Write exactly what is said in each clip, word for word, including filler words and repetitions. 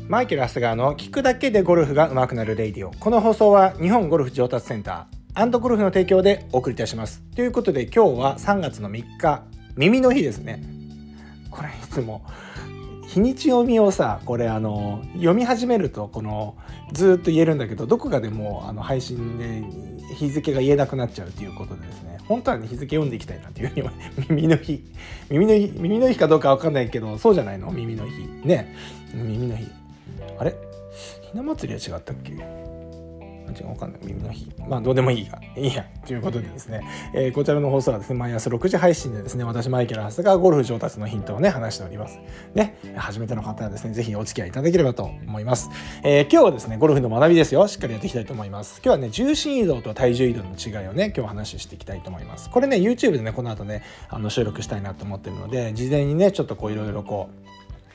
マイケル・ハスガーの聞くだけでゴルフが上手くなるレイディオ。この放送は日本ゴルフ上達センター&ゴルフの提供でお送りいたします。ということで今日はさんがつのみっか、耳の日ですね。これいつも日にち読みをさ、これあの読み始めるとこのずっと言えるんだけど、どこかでもうあの配信で日付が言えなくなっちゃうということでですね、本当はね日付読んでいきたいなというふうに耳の日耳の日耳の日かどうかわかんないけど、そうじゃないの、耳の日ね、耳の日、あれひな祭りは違ったっけ、違うわかんない、耳の日、まあどうでもいいがいいやということでですね、えー、こちらの放送はですね毎朝ろくじ配信でですね、私マイケル・ハスがゴルフ上達のヒントをね話しておりますね。初めての方はですねぜひお付き合いいただければと思います。えー、今日はですねゴルフの学びですよ。しっかりやっていきたいと思います。今日はね重心移動と体重移動の違いをね今日話していきたいと思います。これね YouTube でねこの後ねあの収録したいなと思ってるので、事前にねちょっとこういろいろこう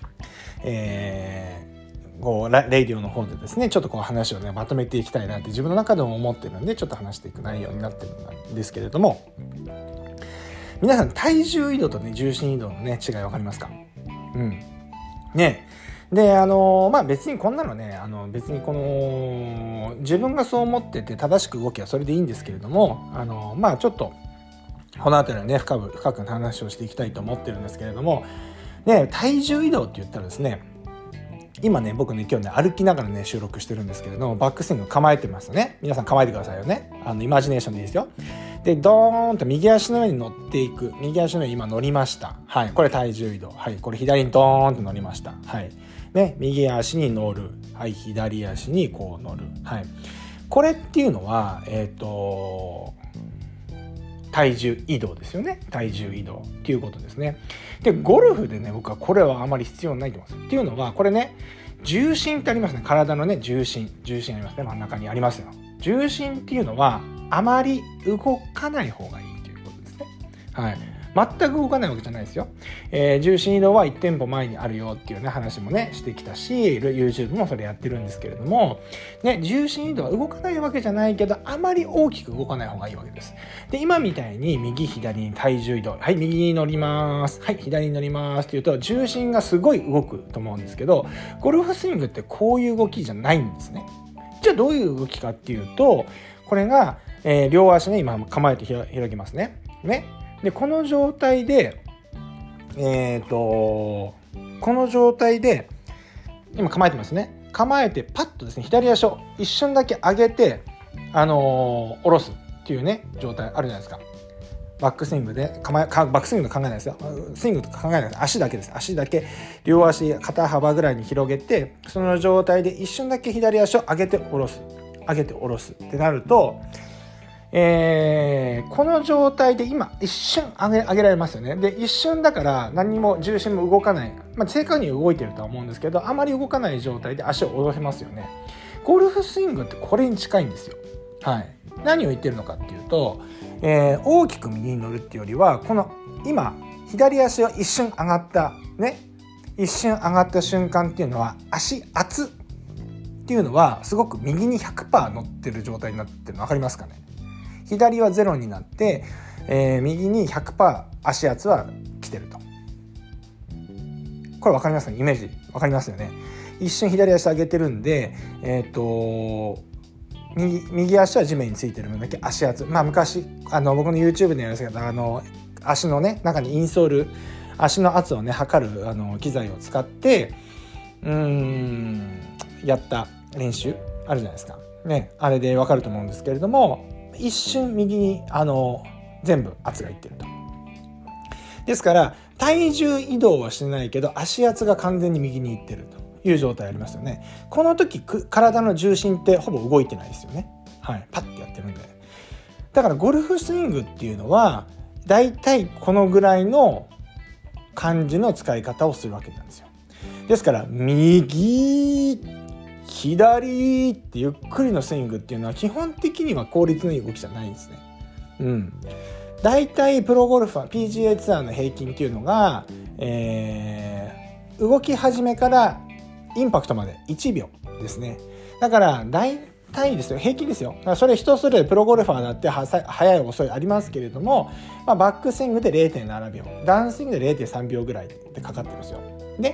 えーこうレイディオの方でですねちょっとこう話をねまとめていきたいなって自分の中でも思ってるんで、ちょっと話していく内容になってるんですけれども、皆さん体重移動とね重心移動のね違い分かりますか？うんねであのまあ別にこんなのねあの別にこの自分がそう思ってて正しく動きはそれでいいんですけれども、あのまあちょっとこの辺りはね深く深く話をしていきたいと思ってるんですけれどもね、体重移動って言ったらですね、今ね僕ね今日ね歩きながらね収録してるんですけれども、バックスイング構えてますよね。皆さん構えてくださいよね。あのイマジネーションでいいですよ。でドーンと右足の上に乗っていく。右足の上に今乗りました。はい、これ体重移動。はい、これ左にドーンと乗りました。はいね、右足に乗る。はい、左足にこう乗る。はい、これっていうのはえっと体重移動ですよね。体重移動っていうことですね。でゴルフでね僕はこれはあまり必要ないと思います。っていうのはこれね重心ってありますね。体のね重心重心ありますね。真ん中にありますよ。重心っていうのはあまり動かない方がいいということですね。はい、全く動かないわけじゃないですよ。えー、重心移動はいち店舗前にあるよっていうね話もねしてきたし、 YouTube もそれやってるんですけれども、ね、重心移動は動かないわけじゃないけどあまり大きく動かない方がいいわけです。で今みたいに右左に体重移動、はい右に乗ります、はい左に乗りますっていうと重心がすごい動くと思うんですけど、ゴルフスイングってこういう動きじゃないんですね。じゃあどういう動きかっていうと、これが、えー、両足ね今構えて広げますね。ねでこの状態でえっとこの状態で今構えてますね。構えてパッとですね左足を一瞬だけ上げてあのー、下ろすっていうね状態あるじゃないですか。バックスイングで構えバックスイングと考えないですよ。スイングとか考えないです。足だけです。足だけ両足肩幅ぐらいに広げて、その状態で一瞬だけ左足を上げて下ろす上げて下ろすってなると、えー、この状態で今一瞬上げ、上げられますよね。で一瞬だから何も重心も動かない、まあ、正確には動いてるとは思うんですけどあまり動かない状態で足を下ろせますよね。ゴルフスイングってこれに近いんですよ。はい、何を言ってるのかっていうと、えー、大きく右に乗るっていうよりはこの今左足は一瞬上がったね一瞬上がった瞬間っていうのは足圧っていうのはすごく右に ひゃくパーセント 乗ってる状態になってるの分かりますかね。左はゼロになって、えー、右に ひゃくパーセント 足圧は来てると。これ分かりますかね。イメージ分かりますよね。一瞬左足上げてるんで、えー、と 右, 右足は地面についてる分だけ足圧、まあ昔あの僕の YouTube でやるんですけど、あの足のね中にインソール足の圧をね測るあの機材を使ってうーんやった練習あるじゃないですかね。あれで分かると思うんですけれども、一瞬右にあの全部圧がいってると。ですから体重移動はしてないけど足圧が完全に右にいってるという状態ありますよね。この時体の重心ってほぼ動いてないですよね。はい、パッてやってるんで。だからゴルフスイングっていうのはだいたいこのぐらいの感じの使い方をするわけなんですよ。ですから右左ってゆっくりのスイングっていうのは基本的には効率のいい動きじゃないんですね。うん。だいたいプロゴルファー ピージーエー ツアーの平均っていうのが、えー、動き始めからインパクトまでいちびょうですね。だからだいたいですよ、平均ですよ。だからそれ人それぞれプロゴルファーだってはさ早い遅いありますけれども、まあ、バックスイングで れいてんななびょう、ダウンスイングで れいてんさんびょうぐらいでかかってるんですよ。で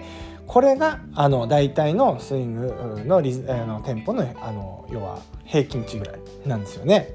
これがあの大体のスイングのリズあのテンポのあの要は平均値ぐらいなんですよね。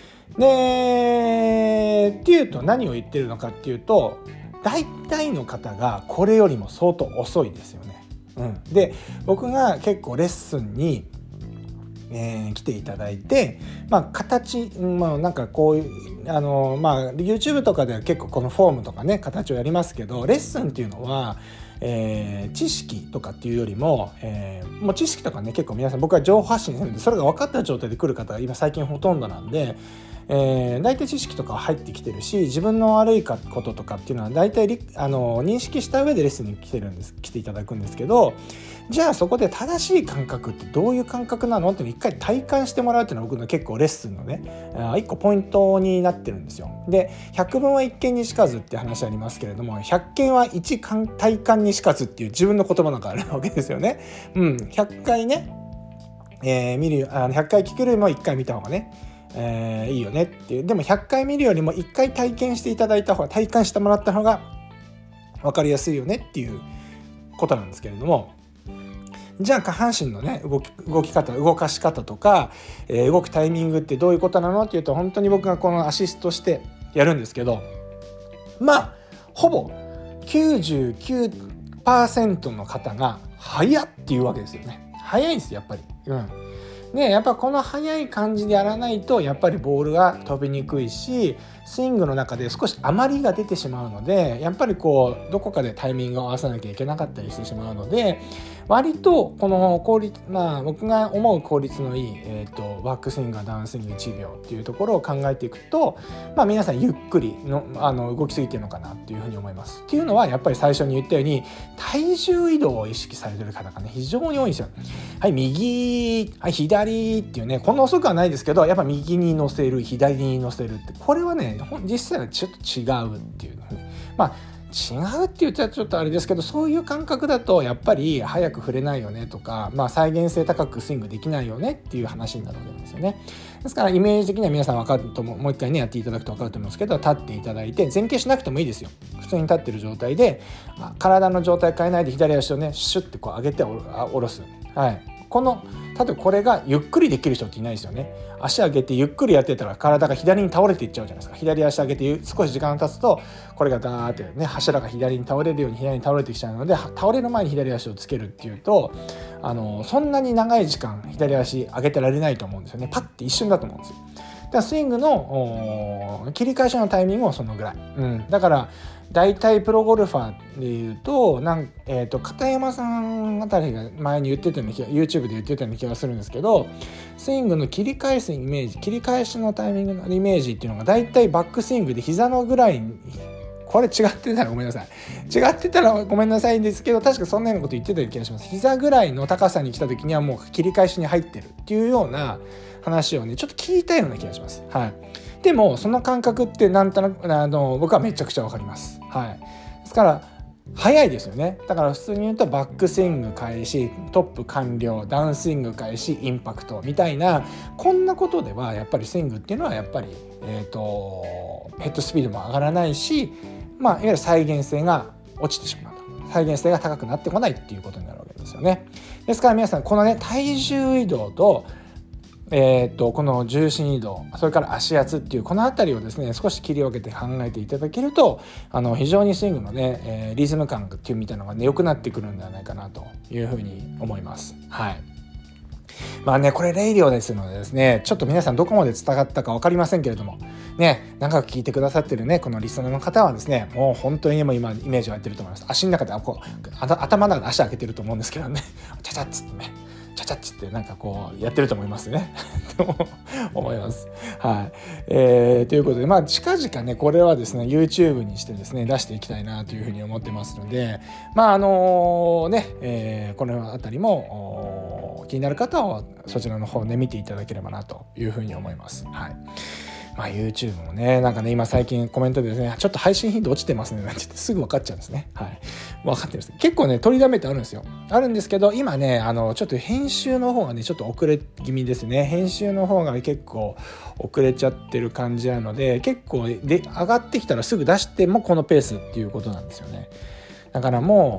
でっていうと何を言ってるのかっていうと、大体の方がこれよりも相当遅いですよね。うん、で僕が結構レッスンに、えー、来ていただいて、まあ、形、まあ、なんかこういうあの、まあ、YouTube とかでは結構このフォームとかね形をやりますけど、レッスンっていうのは、えー、知識とかっていうよりも、えー、もう知識とかね結構皆さん僕は情報発信するんで、それが分かった状態で来る方が今最近ほとんどなんで、えー、大体知識とか入ってきてるし、自分の悪いこととかっていうのは大体あの認識した上でレッスンに来てるんです来ていただくんですけど、じゃあそこで正しい感覚ってどういう感覚なのっていうのを一回体感してもらうっていうのは僕の結構レッスンのね一個ポイントになってるんですよ。で百聞は一見にしかずって話ありますけれども、百見は一体感にしかずっていう自分の言葉なんかあるわけですよね。うん、ひゃっかいね、えー、見るあのひゃっかい聞けるよりもいっかい見た方がね、えー、いいよねっていう。でもひゃっかい見るよりもいっかい体験していただいた方が、体感してもらった方が分かりやすいよねっていうことなんですけれども、じゃあ下半身のね動き、動き方動かし方とか、えー、動くタイミングってどういうことなのっていうと、本当に僕がこのアシストしてやるんですけど、まあほぼ きゅうじゅうきゅうパーセント の方が速っていうわけですよね。速いんですやっぱり。うんでやっぱこの速い感じでやらないとやっぱりボールが飛びにくいし、スイングの中で少し余りが出てしまうので、やっぱりこうどこかでタイミングを合わさなきゃいけなかったりしてしまうので、割とこの効率、まあ僕が思う効率のいい、えーと、バックスイングがダウンスイングいちびょうっていうところを考えていくと、まあ皆さんゆっくりのあの動きすぎてるのかなっていうふうに思います。っていうのはやっぱり最初に言ったように体重移動を意識されてる方がね非常に多いんですよ。はい右、はい左っていうね、こんな遅くはないですけど、やっぱ右に乗せる左に乗せるってこれはね実際はちょっと違うっていうまあ違うって言っちゃちょっとあれですけど、そういう感覚だとやっぱり早く振れないよねとか、まあ、再現性高くスイングできないよねっていう話になるわけなんですよね。ですからイメージ的には皆さん分かると思う、もう一回ねやっていただくと分かると思うんですけど、立っていただいて前傾しなくてもいいですよ。普通に立ってる状態で体の状態変えないで左足をねシュッてこう上げて下ろす。はい、この例えばこれがゆっくりできる人っていないですよね。足上げてゆっくりやってたら体が左に倒れていっちゃうじゃないですか。左足上げて少し時間が経つとこれがダーってね柱が左に倒れるように左に倒れてきちゃうので、倒れる前に左足をつけるっていうとあのそんなに長い時間左足上げてられないと思うんですよね。パッて一瞬だと思うんですよ。だからスイングの切り返しのタイミングもそのぐらい、うん、だから大体プロゴルファーでいうとなん、えー、と片山さんあたりが前に言ってたような YouTube で言ってたような気がするんですけど、スイングの切り返すイメージ、切り返しのタイミングのイメージっていうのが大体バックスイングで膝のぐらいに、これ違ってたらごめんなさい違ってたらごめんなさいんですけど、確かそんなようなこと言ってたような気がします。膝ぐらいの高さに来た時にはもう切り返しに入ってるっていうような話をねちょっと聞いたような気がします。はい。でもその感覚ってなんとなくあの僕はめちゃくちゃわかります。はい。ですから早いですよね。だから普通に言うとバックスイング開始、トップ完了、ダウンスイング開始、インパクトみたいなこんなことではやっぱりスイングっていうのはやっぱり、えーと、ヘッドスピードも上がらないし、まあ、いわゆる再現性が落ちてしまうと、再現性が高くなってこないっていうことになるわけですよね。ですから皆さんこのね体重移動とえー、とこの重心移動、それから足圧っていうこのあたりをですね少し切り分けて考えていただけるとあの非常にスイングのね、えー、リズム感っていうみたいなのがね良くなってくるんではないかなというふうに思います。はい。まあねこれレイディオですのでですねちょっと皆さんどこまで伝わったか分かりませんけれどもね、長く聞いてくださってるねこのリスナーの方はですねもう本当にも今イメージをやってると思います。足の中でこう頭の中で足開けてると思うんですけどねチャチャッつってねチャチャッチってなんかこうやってると思いますねと思います。はい、えー、ということでまあ近々ねこれはですね YouTube にしてですね出していきたいなというふうに思ってますので、まああのね、えー、このあたりも気になる方はそちらの方で見ていただければなというふうに思います。はい。まあ YouTube もねなんかね今最近コメントでですねちょっと配信頻度落ちてますねなんて言ってすぐ分かっちゃうんですね。はい、分かってるんです。結構ね取りだめってあるんですよ。あるんですけど今ねあのちょっと編集の方がねちょっと遅れ気味ですね。編集の方が結構遅れちゃってる感じなので結構で上がってきたらすぐ出してもこのペースっていうことなんですよね。だからもう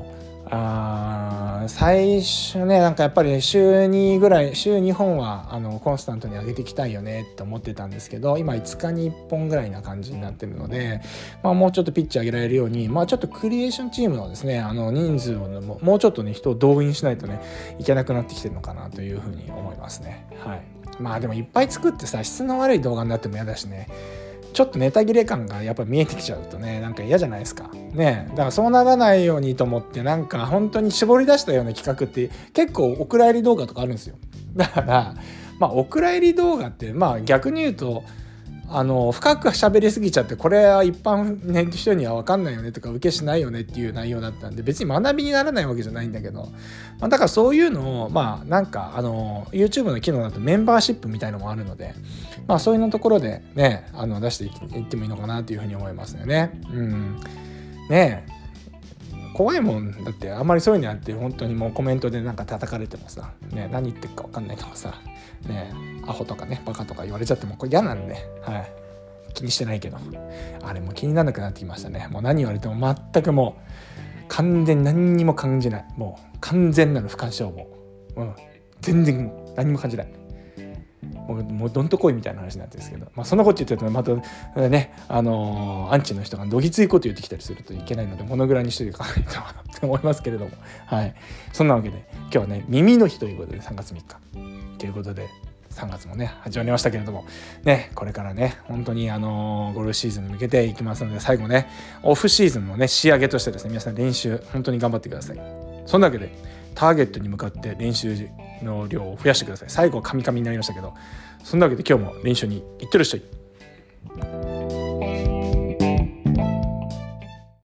あ最初ねなんかやっぱり週にぐらい週にほんはあのコンスタントに上げていきたいよねって思ってたんですけど、今いつかにいっぽんぐらいな感じになってるので、まあ、もうちょっとピッチ上げられるように、まあ、ちょっとクリエーションチームのですねあの人数をももうちょっとね人を動員しないとねいけなくなってきてるのかなというふうに思いますね。はい、まあでもいっぱい作ってさ質の悪い動画になっても嫌だしね、ちょっとネタ切れ感がやっぱ見えてきちゃうとねなんか嫌じゃないですかね。だからそうならないようにと思ってなんか本当に絞り出したような企画って結構お蔵入り動画とかあるんですよ。だからまあお蔵入り動画ってまあ逆に言うとあの深く喋りすぎちゃってこれは一般の人には分かんないよねとか受けしないよねっていう内容だったんで別に学びにならないわけじゃないんだけど、まあ、だからそういうのをまあなんかあの YouTube の機能だとメンバーシップみたいのもあるので、まあそういうのところでねあの出していってもいいのかなというふうに思いますよね。うんねえ怖いもんだってあんまりそういうのやって本当にもうコメントでなんか叩かれてもさ、ね、何言ってるか分かんないからさ、ね、アホとかねバカとか言われちゃってもこれ嫌なんで、はい、気にしてないけどあれも気にならなくなってきましたね。もう何言われても全くもう完全に何にも感じない、もう完全なる不干渉も、うん、全然何も感じない、もう、もうどんとこいみたいな話になってるんですけど、まあ、そんなこと言ってるとまたねあのー、アンチの人がどぎついこと言ってきたりするといけないのでこのぐらいにしておかないとって思いますけれども、はい、そんなわけで今日はね耳の日ということでさんがつみっかということでさんがつもね始まりましたけれどもね、これからね本当にあのー、ゴルフシーズンに向けていきますので最後ねオフシーズンのね仕上げとしてですね皆さん練習本当に頑張ってください。そんなわけでターゲットに向かって練習の量を増やしてください。最後はカミカミになりましたけど、そんなわけで今日も練習に行ってらっしゃい。